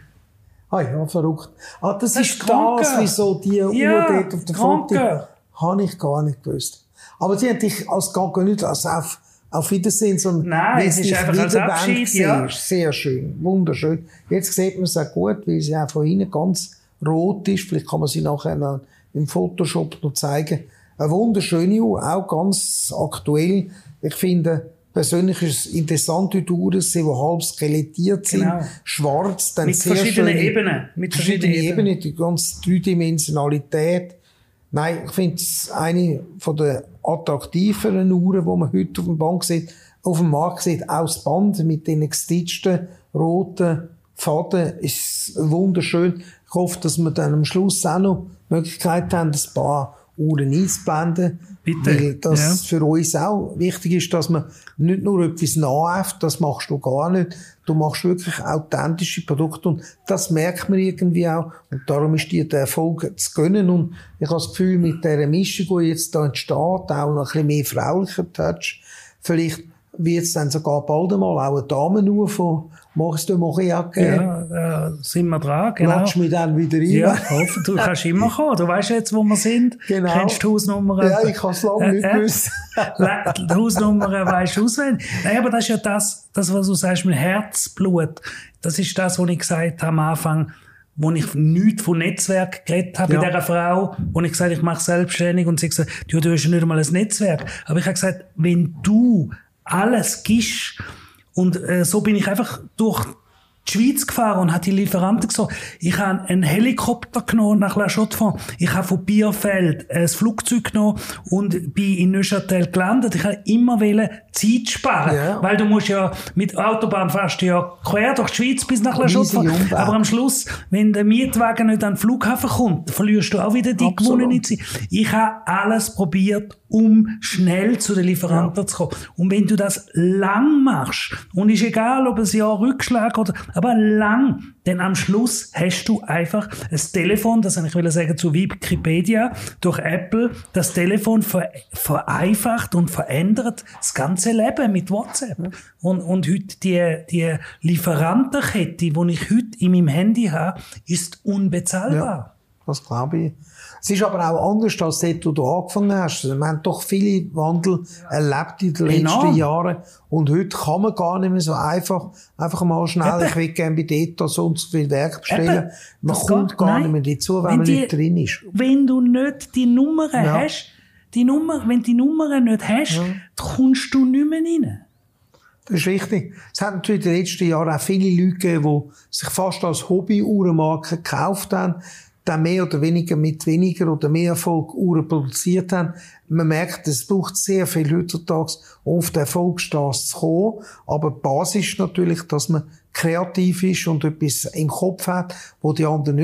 [SPEAKER 2] Ah ja, verrückt. Das ist das, wieso die Uhr dort auf der Foto... Habe ich gar nicht gewusst. Aber sie haben dich als Grand Coeur nicht als auf Wiedersehen, sondern
[SPEAKER 1] nein, es ist einfach als Abschied,
[SPEAKER 2] Sehr schön, wunderschön. Jetzt sieht man es auch gut, weil sie auch von innen ganz rot ist. Vielleicht kann man sie nachher noch im Photoshop noch zeigen. Eine wunderschöne Uhr, auch ganz aktuell. Ich finde, persönlich ist es interessant, die Uhren sind, die halb skelettiert sind, schwarz, dann
[SPEAKER 1] mit
[SPEAKER 2] sehr
[SPEAKER 1] verschiedenen
[SPEAKER 2] schön,
[SPEAKER 1] Ebenen.
[SPEAKER 2] Mit verschiedenen Ebenen, die ganze Dreidimensionalität. Nein, ich finde es eine von der attraktiveren Uhren, die man heute auf dem Markt sieht. Auch das Band mit den gestitchten roten Faden ist wunderschön. Ich hoffe, dass wir dann am Schluss auch noch die Möglichkeit haben, ein paar Uhren einzublenden.
[SPEAKER 1] Bitte.
[SPEAKER 2] Weil das für uns auch wichtig ist, dass man nicht nur etwas nachäfft, das machst du gar nicht. Du machst wirklich authentische Produkte und das merkt man irgendwie auch. Und darum ist dir der Erfolg zu gönnen. Und ich habe das Gefühl, mit dieser Mischung, die jetzt da entsteht, auch noch ein bisschen mehr fraulicher Touch, vielleicht wird es dann sogar bald einmal auch eine Damenuhr von Maurice de Mauriac geben.
[SPEAKER 1] Ja, sind wir dran, genau.
[SPEAKER 2] Latsch mich dann wieder rein.
[SPEAKER 1] Ja, hoffe, du kannst immer kommen. Du weißt jetzt, wo wir sind.
[SPEAKER 2] Genau.
[SPEAKER 1] Kennst die Hausnummern?
[SPEAKER 2] Ja, ich habe es lange nicht gewusst.
[SPEAKER 1] Die Hausnummern weisst du auswendig. Nein, aber das ist ja das, was du sagst, mit Herzblut. Das ist das, was ich gesagt habe am Anfang, wo ich nichts von Netzwerk geredet habe, bei dieser Frau, wo ich gesagt habe, ich mache selbstständig und sie gesagt, du hast ja nicht einmal ein Netzwerk. Aber ich habe gesagt, wenn du alles gibst, und so bin ich einfach durch die Schweiz gefahren und hat die Lieferanten gesagt, ich habe einen Helikopter genommen nach La Chaux-de-Fonds, ich habe von Bierfeld ein Flugzeug genommen und bin in Neuchâtel gelandet. Ich habe immer Zeit sparen, weil du musst ja mit Autobahn fast quer durch die Schweiz bis nach La Chaux-de-Fonds. Aber am Schluss, wenn der Mietwagen nicht an den Flughafen kommt, verlierst du auch wieder die gewonnene Zeit. Ich habe alles probiert, um schnell zu den Lieferanten zu kommen. Und wenn du das lang machst, und ist egal, ob ein Jahr Rückschlag oder, aber lang, denn am Schluss hast du einfach ein Telefon, das ich will sagen zu Wikipedia, durch Apple, das Telefon vereinfacht und verändert das ganze Leben mit WhatsApp. Und heute die Lieferantenkette, die ich heute in meinem Handy habe, ist unbezahlbar.
[SPEAKER 2] Ja, das glaube ich. Es ist aber auch anders, als dort, wo du angefangen hast. Wir haben doch viele Wandel erlebt in den letzten Jahren. Und heute kann man gar nicht mehr so einfach mal schnell, ich will gerne bei dort so und so viel Werk bestellen. Man kommt gar nicht mehr dazu, wenn man nicht drin ist.
[SPEAKER 1] Wenn du nicht die Nummern hast, wenn die Nummern nicht hast, kommst du nicht mehr rein.
[SPEAKER 2] Das ist richtig. Es hat natürlich in den letzten Jahren auch viele Leute gegeben, die sich fast als Hobby-Uhrenmarke gekauft haben, dann mehr oder weniger mit weniger oder mehr Erfolg Uhren produziert haben. Man merkt, es braucht sehr viel heutzutage, um auf die Erfolgsstrasse zu kommen. Aber die Basis ist natürlich, dass man kreativ ist und etwas im Kopf hat, wo die anderen nicht haben.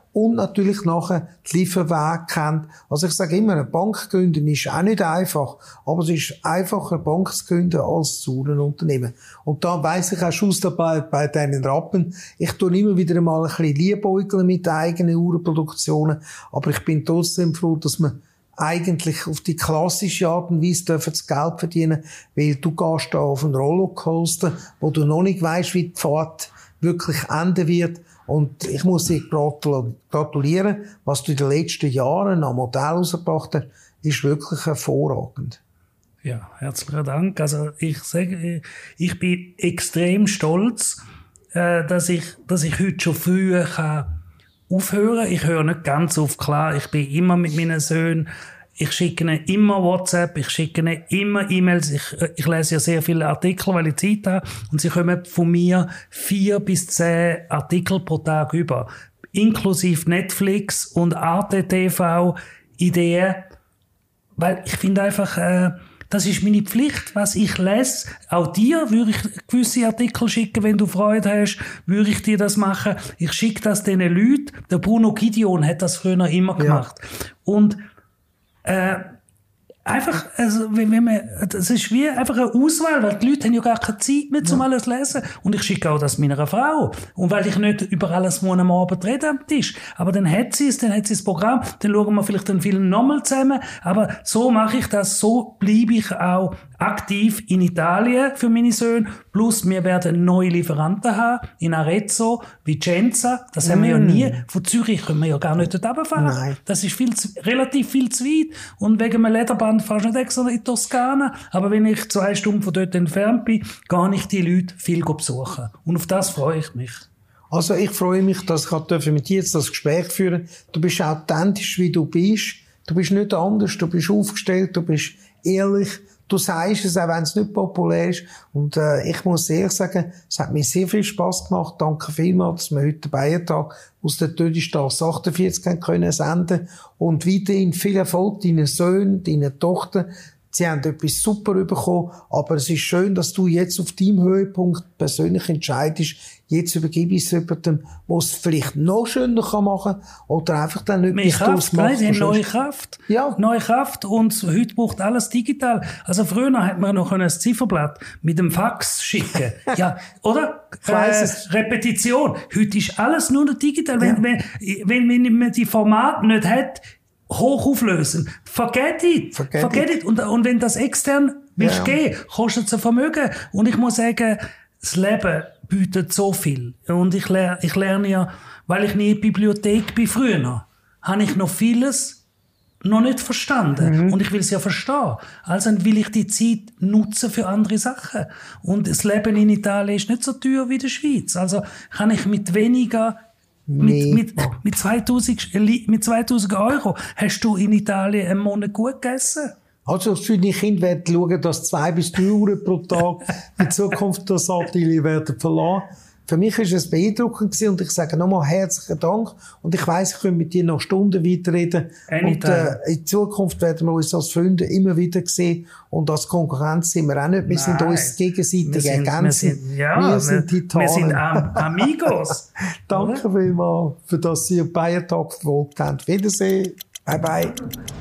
[SPEAKER 2] und natürlich nachher die Lieferwege kennt. Also ich sage immer, eine Bank gründen ist auch nicht einfach, aber es ist einfacher, eine Bank zu gründen als zu einem Unternehmen. Und da weiss ich auch Schussarbeit bei deinen Rappen. Ich tue immer wieder mal ein bisschen liebäugeln mit eigenen Uhrenproduktionen, aber ich bin trotzdem froh, dass man eigentlich auf die klassische Art und Weise dürfen das Geld verdienen, weil du gehst da auf einen Rollercoaster, wo du noch nicht weisst, wie die Fahrt wirklich enden wird. Und ich muss dir gratulieren, was du in den letzten Jahren an Modell rausgebracht hast, ist wirklich hervorragend.
[SPEAKER 1] Ja, herzlichen Dank. Also ich sage, ich bin extrem stolz, dass ich heute schon früh aufhören. Ich höre nicht ganz auf, klar. Ich bin immer mit meinen Söhnen. Ich schicke ihnen immer WhatsApp, ich schicke ihnen immer E-Mails. Ich lese ja sehr viele Artikel, weil ich Zeit habe. Und sie kommen von mir 4 bis 10 Artikel pro Tag über. Inklusive Netflix und Arte TV Ideen. Weil ich finde einfach, das ist meine Pflicht, was ich lese. Auch dir würde ich gewisse Artikel schicken, wenn du Freude hast, würde ich dir das machen. Ich schicke das diesen Leuten. Der Bruno Gideon hat das früher immer gemacht. Ja. Und einfach, also, wenn man, das ist wie einfach eine Auswahl, weil die Leute haben ja gar keine Zeit mehr, um alles zu lesen. Und ich schicke auch das meiner Frau. Und weil ich nicht über alles am Abend reden am Tisch. Aber dann hat sie das Programm, dann schauen wir vielleicht den Film nochmal zusammen. Aber so mache ich das, so bleibe ich auch aktiv in Italien für meine Söhne. Plus, wir werden neue Lieferanten haben, in Arezzo, Vicenza. Das haben wir ja nie. Von Zürich können wir ja gar nicht dort runterfahren. Nein. Das ist relativ viel zu weit. Und wegen einem Lederband fahrst du nicht extra in die Toskana. Aber wenn ich 2 Stunden von dort entfernt bin, gehe ich die Leute viel besuchen. Und auf das freue ich mich.
[SPEAKER 2] Also ich freue mich, dass ich mit dir jetzt das Gespräch führen darf. Du bist authentisch, wie du bist. Du bist nicht anders, du bist aufgestellt, du bist ehrlich. Du sagst es, auch wenn es nicht populär ist. Und ich muss ehrlich sagen, es hat mir sehr viel Spass gemacht. Danke vielmals, dass wir heute den Bayertag aus der Tödistrasse 48 können senden. Und weiterhin viel Erfolg deinen Söhnen, deinen Tochtern. Sie haben etwas super bekommen, aber es ist schön, dass du jetzt auf deinem Höhepunkt persönlich entscheidest. Jetzt übergebe ich es jemandem, der es vielleicht noch schöner machen kann oder einfach dann etwas
[SPEAKER 1] draus macht. Nein, neue Kraft.
[SPEAKER 2] Ja.
[SPEAKER 1] Neue Kraft und heute braucht alles digital. Also früher hat man noch ein Zifferblatt mit dem Fax schicken. Ja, oder? Repetition. Heute ist alles nur noch digital. Ja. Wenn man die Formate nicht hat, hoch auflösen. Forget it. Und wenn das extern willst gehen, kostet es ein Vermögen. Und ich muss sagen, das Leben bietet so viel. Und ich lerne ja, weil ich nie in der Bibliothek bin früher, habe ich noch vieles noch nicht verstanden. Und ich will es ja verstehen. Also will ich die Zeit nutzen für andere Sachen. Und das Leben in Italien ist nicht so teuer wie in der Schweiz. Also kann ich mit weniger mit 2000 Euro hast du in Italien einen Monat gut gegessen?
[SPEAKER 2] Also für die Kinder werden schauen, dass 2 bis 3 Uhr pro Tag in Zukunft das Atelier werden verlassen. Für mich war es beeindruckend gewesen und ich sage nochmal herzlichen Dank. Und ich weiss, ich kann mit dir noch Stunden weiterreden. Und in Zukunft werden wir uns als Freunde immer wieder sehen. Und als Konkurrenz sind wir auch nicht. Wir sind uns gegenseitig ergänzend. Wir sind Titanen.
[SPEAKER 1] Wir sind Amigos.
[SPEAKER 2] Danke vielmals, für dass Sie den Bayertag verfolgt haben. Wiedersehen. Bye bye.